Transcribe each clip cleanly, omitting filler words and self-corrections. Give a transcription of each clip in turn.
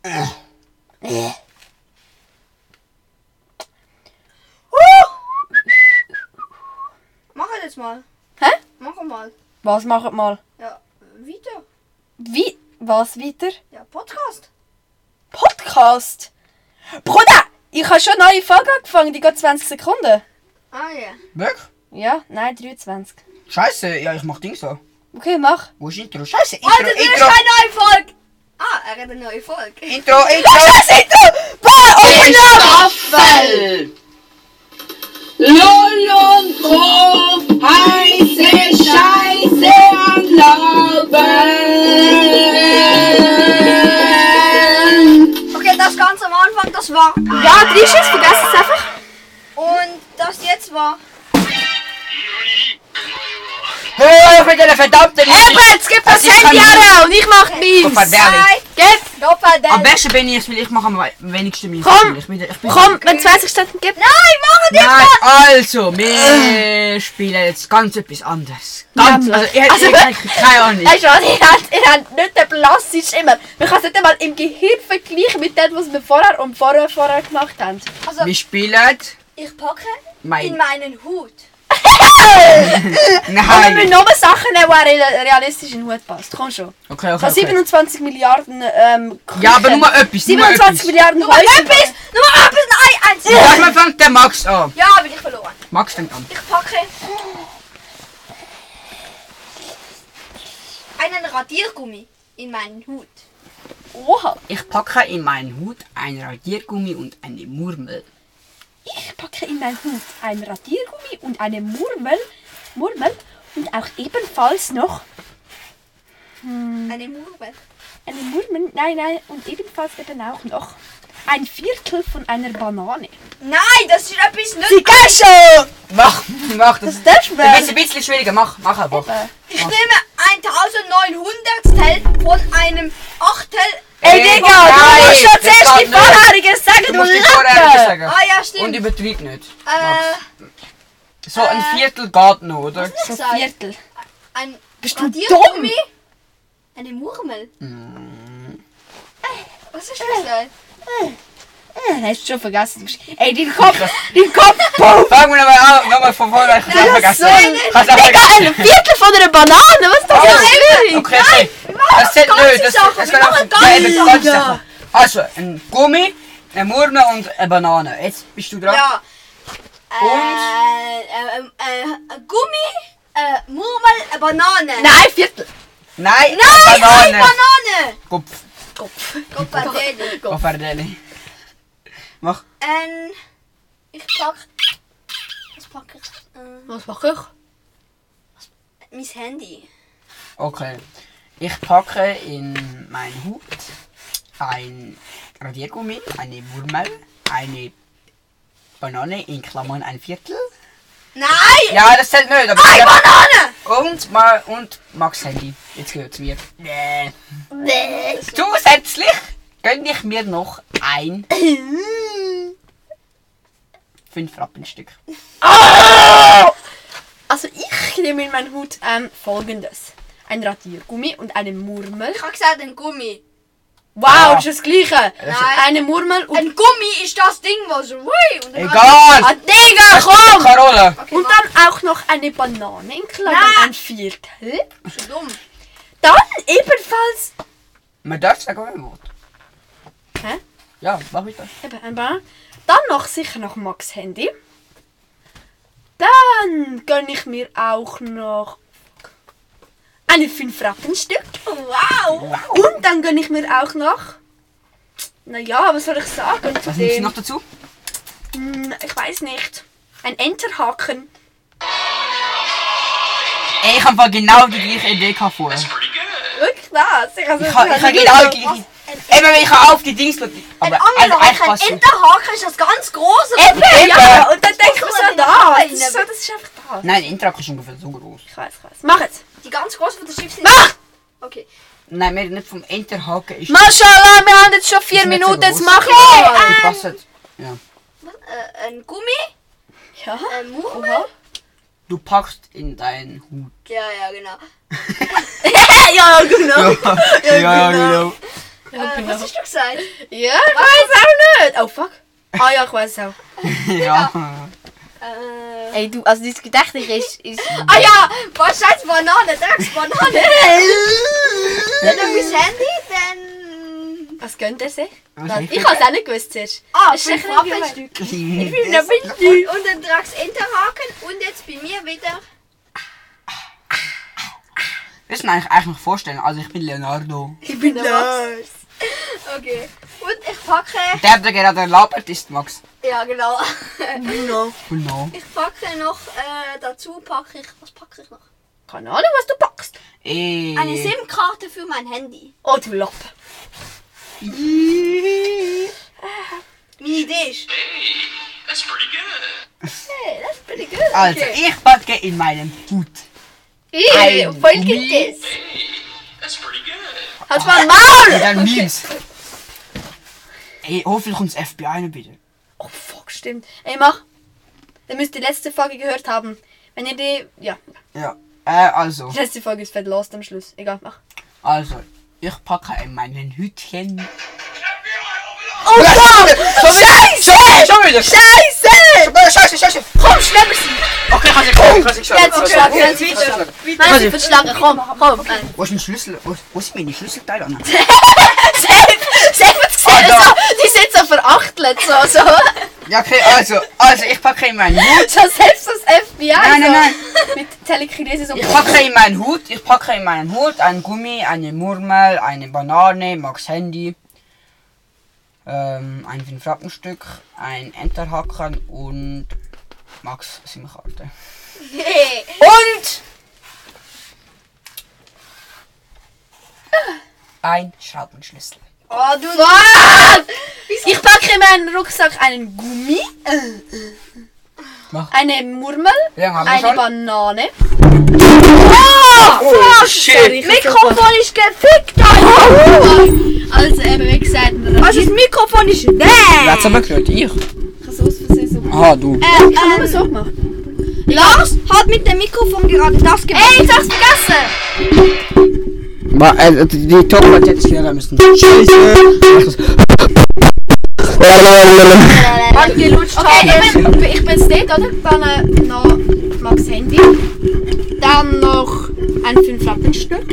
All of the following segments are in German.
Mach jetzt mal. Hä? Mach mal. Was machen mal? Ja, weiter. Wie? Was weiter? Ja, Podcast. Podcast? Bruder! Ich habe schon eine neue Folge angefangen, die geht 20 Sekunden. Ah ja. Wirklich? Ja, nein, 23. Scheiße, ja, ich mach Ding so. Okay, mach. Wo ist Intro? Scheiße, Intro, Alter, das ist Intro. keine neue Folge. Ah, er hat eine neue Folge. Intro, Intro. Scheiße, Intro! Boah, oh no! Staffel. Lol und Co. heiße Scheiße am Laufen. Okay, das ganz am Anfang, das war. Ja, 3 Schuss, vergiss es einfach. Und das jetzt war. Hör auf mit der verdammten Jetzt gib das Also, ich Handy kann her und ich mach meins. Verdammt. Gib! Doppel. Am besten bin ich es, weil ich mache am wenigsten Minuten. Komm. Ich bin Komm, wenn 20 Stunden gibt. Nein, mach nicht! Nein, also, wir spielen jetzt ganz etwas anderes. Ganz, Ja, also, ich hätte keine Ahnung. Weißt du was, ihr habt nicht den blassischen immer. Man kann es nicht einmal im Gehirn vergleichen mit dem, was wir vorher und vorher gemacht haben. Also, Wir spielen... ich packe in Mein... meinen Hut. Und wir Nein. müssen nur Sachen nehmen, die realistisch in den Hut passt. Komm schon. Okay, Ich habe 27 Milliarden Ja, aber nur etwas, nur 27 etwas. Milliarden Nummer Häuser. etwas! Nummer etwas! Nein, eins! Erstmal fängt der Max an. Ja, bin ich verloren. Max fängt an. Ich packe einen Radiergummi in meinen Hut. Oha. Ich packe in meinen Hut ein Radiergummi und eine Murmel. Ich packe in meinen Hut ein Radiergummi und eine Murmel und auch ebenfalls noch Eine Murmel. eine Murmel, nein, und ebenfalls eben auch noch ein Viertel von einer Banane. Nein, das ist etwas nicht. Sie geht schon! Mach das. Das darfst du Du bist ein bisschen schwieriger, mach einfach. Ich nehme 1900 von einem Achtel. Ey Digga, du musst schon das zuerst die geht nicht. Vorheriges sagen, Du du musst die Vorheriges Lappe! sagen. Ah ja, Und stimmt. übertreib nicht. Äh, So ein Viertel geht noch, oder? So Sag. Viertel. ein Bist du Radiergummi. Eine Murmel. Was hast du gesagt? Hast du schon vergessen? Ey, dein Kopf, boom! Fangen wir nochmal von vorne. Ich hab's vergessen. Ich hab's auch Digga, vergessen. ein Viertel von einer Banane, was ist das Oh. für schwierig? Okay, okay. Das zählt ganze nicht. Das Sachen, kann wir auch machen eine ganze ganze Sachen. Sache. Also, ein Gummi, eine Murmel und eine Banane. Jetzt bist du dran. Ja. Ein Gummi, Murmel, eine Banane. Nein, Viertel. Nein, Nein, eine eine Banane. Banane. Kopf. Kopfadeli. Kopfardeli. Mach. Ich pack. Was pack ich? Was mache ich? Mein Handy. Okay. Ich packe in meinen Hut ein Radiergummi, eine Murmel, eine Banane in Klammern ein Viertel. Nein! Ja, das zählt nicht. Aber Eine Banane! und Max Handy. Jetzt gehört's mir. Nee. Zusätzlich gönne ich mir noch ein 5 Rappenstück. Also ich nehme in meinen Hut folgendes. Ein Radiergummi und eine Murmel. Ich habe gesagt, ein Gummi. Wow, Ah. das ist das Gleiche. Nein. Eine Murmel und... Ein Gummi ist das Ding, was so. Hui, und dann Egal! Ah, Digga, komm! Carola! Okay, Und dann auch noch eine Banane in Klammern Nein. ein Viertel. mach. So dumm. Dann ebenfalls... Man darf sagen, ein Wort. Hä? Ja, mach weiter. Eben, ein Banane. Dann noch sicher noch Max Handy. Dann gönne ich mir auch noch eine 5 Rappenstück. Wow! Und dann gönne ich mir auch noch... Naja, was soll ich sagen zu Was nimmst du dem? noch dazu? Ich weiß nicht. Ein Enterhaken. Ey, ich habe mal genau die gleiche Idee gehabt vorher. Wirklich das? Ich Ich habe genau die gleiche. Eben, wenn ich auf die Dings... Ein Aber anderer eigentlich Haken, ein passt es. Enterhaken ist das ganz große. Eben, ja. Und dann denke ich mir muss so, man da. rein. Das ist einfach das. Nein, Intrak ist ungefähr so groß. Ich weiß. Mach jetzt. Die ganz große von der Schiff sind. Mach! Okay. Nein, wir nicht vom Enterhaken ist... Mashallah, wir haben jetzt schon 4 Ist nicht so Minuten. Jetzt groß. mach ich Die passen. Ja. Ein Gummi, Ja. ein Murmel. Du packst in deinen Hut. Ja, genau. Ja, genau. Ja, genau. Was hast du gesagt? Ja, ich weiß auch nicht. Oh fuck. Ah ja, ich weiß auch. Ja. Ey, du, also dein Gedächtnis ist... Ah ja, was scheiß Banane, Drecksbanane. Wenn du mein Handy, dann... Was gönnt er sich? Was Ich habe es auch nicht gewusst zuerst. Ah, Das ist 5 sicher ein Rappen-Stück. Ich Und dann tragst du Enterhaken und jetzt bei mir wieder... Das kann ich eigentlich noch vorstellen. Also ich bin Leonardo. Ich bin Lars. Okay. Und ich packe... Der gerade labert, ist Max. Ja, genau. Genau. Genau. Ich packe noch dazu, was packe ich noch? Keine Ahnung, was du packst. Eine SIM-Karte für mein Handy. Oh, du Lappe. Meine Idee ist... That's pretty good. Hey, das bin ich gut. Also, ich packe in meinen Hut. Ein Voll Gummi. gibt es. That's pretty good. Halt mal Maul! Und dann Memes. Ey, hoffentlich kommt das FBI noch bitte. Oh fuck, stimmt. Ey, mach. Ihr müsst die letzte Folge gehört haben. Wenn ihr die... Ja, Ja. Also. die letzte Folge ist fett lost am Schluss. Egal, mach. Also, ich packe in meinen Hütchen. Oh fuck! Scheiße! Schon wieder! Scheiße! Scheiße! Komm, schnell sie! Okay, kann ich Jetzt verschlagen, jetzt wieder. Nein, sie verschlagen. Komm. Wo ist mein Schlüssel? Wo sind meine Schlüsselteile? Anna? Sie haben es gesehen, da. so, die sind so verachtelt, so. Ja, okay, also ich packe in meinen Hut. So selbst das FBI. Nein. Mit Telekinese so. Ich packe in meinen Hut einen Gummi, eine Murmel, eine Banane, Max Handy, ein 5-Rappen-Stück, ein Enterhaken und Max SIM-Karte. Nee. Und ein Schraubenschlüssel. Oh, du... Fuck! Ich packe in meinen Rucksack einen Gummi, Mach. eine Murmel, Wie lange haben wir eine schon? Banane. Oh, shit! Mikrofon ist gefickt, Also eben, wie gesagt, Also das Mikrofon ist Wer hat's aber gehört? Ich? ich habe es aus Versehen so gemacht. Ah, du. Ich habe nur so gemacht. Lars hat mit dem Mikrofon gerade das gemacht. Ey, jetzt hast du vergessen! Die Top hat jetzt klären müssen. Scheiße! Okay, ich bin jetzt dort, oder? Dann noch Max Handy. Dann noch ein 5-Rappen-Stück.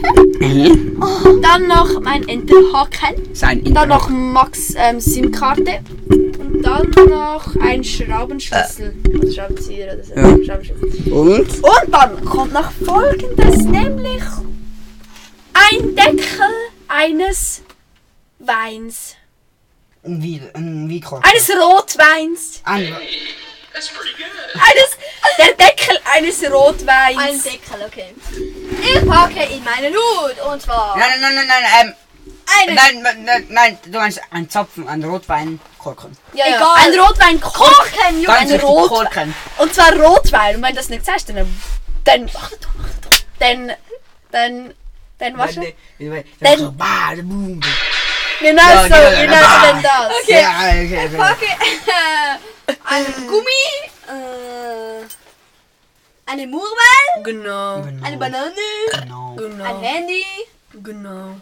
Dann noch mein Enterhaken. Sein Dann noch Max SIM-Karte. Und dann noch ein Schraubenschlüssel. Oder Schraubenzieher oder so. Ja. Schraubenschlüssel. Und? Und dann kommt noch Folgendes, nämlich ein Deckel eines Weins. Wie kurz? Eines Rotweins. That's pretty good. Der Deckel eines Rotweins. Ein Deckel, okay. Ich packe in meinen Hut und zwar... Nein, du meinst ein Zapfen, ein Rotweinkorken. Ja, Egal. ein Rotweinkorken. Korken, Junge. Ganz richtig, Korken. Und zwar Rotwein. Und wenn du das nicht sagst, dann was? Genau Ja, so, genau, genau so denn das. Okay. Ja, okay. Ich packe einen Gummi, eine Murmel, Genau. eine Banane, Genau. ein Handy, Genau.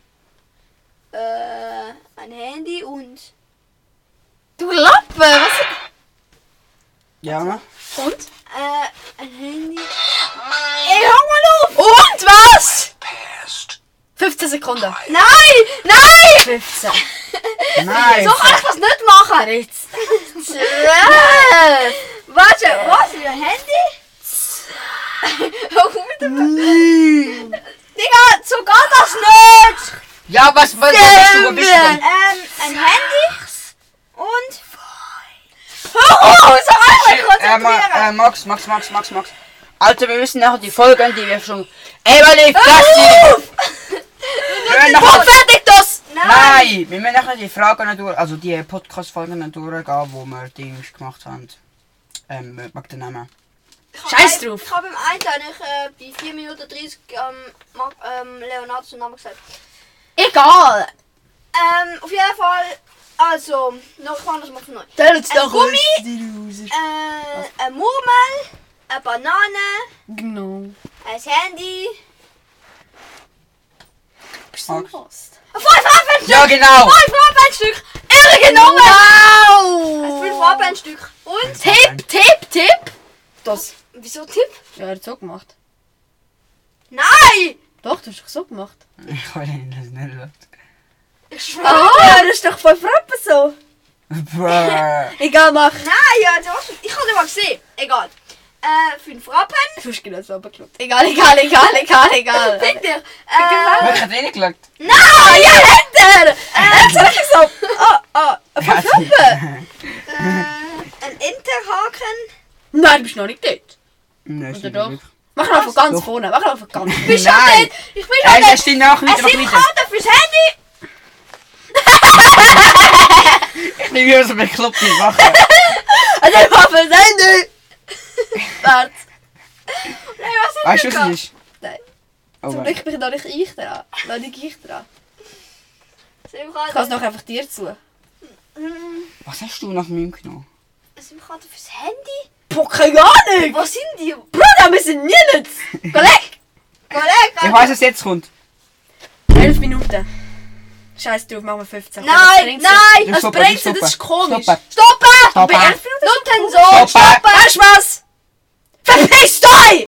ein Handy und... Du Lappe, was? Ja, ne? Und? Ein Handy... Ey, hör mal auf! Und was? 15 Sekunden. Nein! 15. Nein. So kann ich das nicht machen! 13. 12! Warte, was für ein Handy? Digga, so geht das nicht! Ja, was bist du? Wo bist du denn? Ein Handy und... Hör auf, so einfach konzentrieren! Max. Alter, wir müssen nachher die Folgen, die wir schon... Ey, weil ich das Komm, fertig das! Nein, wir müssen nachher die Fragen durch, also die Podcast-Folgen durchgehen, wo wir die gemacht haben. Mag den Namen. Scheiß drauf. Ich habe im einen bei 4 Minuten 30 Leonardo Namen gesagt. Egal. Auf jeden Fall, also, noch anders mal von neu. Jetzt Ein Gummi, eine Murmel, eine Banane, Genau. ein Handy, Bist du Max. lost? 5 Farbenstück! Ja, genau! 5 Farbenstück! Irre genommen! Wow! 5 Farbenstück. Und Tipp! Das. wieso Tipp? Ja, er hat so gemacht. Nein! Doch, du hast doch so gemacht. Ich kann ihn das nicht lassen. Ich schwöre. Ah, das ist doch voll Frappe so. Brrr. Egal, mach. Nein, ja, ich habe den mal gesehen. Egal. 5 Rappen. Du hast genau so abgeklappt. Egal. Bitte. Wirklich, hat er nicht geschaut? Ah, ja, hat er! Jetzt sag ich so. Voll Ja, Frappe. Ein Enterhaken. Nein, du bist noch nicht dort. Nein, Oder stimmt doch? nicht. Mach ihn einfach ganz Doch. vorne. Mach ihn einfach ganz vorne. Bist schon Nein. dort? Ich bin schon Er dort. steht nach, Es wieder sind weiter. Karten fürs Handy. Ich bin wieder so bekloppt, ich mache. Also, ich hoffe, es Ende. Warte. Nein, was ist Weißt du, das? was es ist? Nein. Oh, Zum warte. Glück bin ich noch nicht ich dran. Noch nicht ich dran. Ich kann es SIM-Karte. noch einfach dir zu. Was hast du nach mir genommen? SIM-Karte fürs Handy? Boah, keine Ahnung. Was sind die? Bruder, wir sind nirgends. Kollege. Ich weiß, was jetzt kommt. 11 Minuten. Scheiß drauf, machen wir 15. Nein, nein! Das Stoppen, bringt sie, stoppen. das ist komisch. Stoppen. Stoppen! Stoppen. Bei 11 Minuten Nutten so! Stoppen. Weißt du was? Verpiss dich!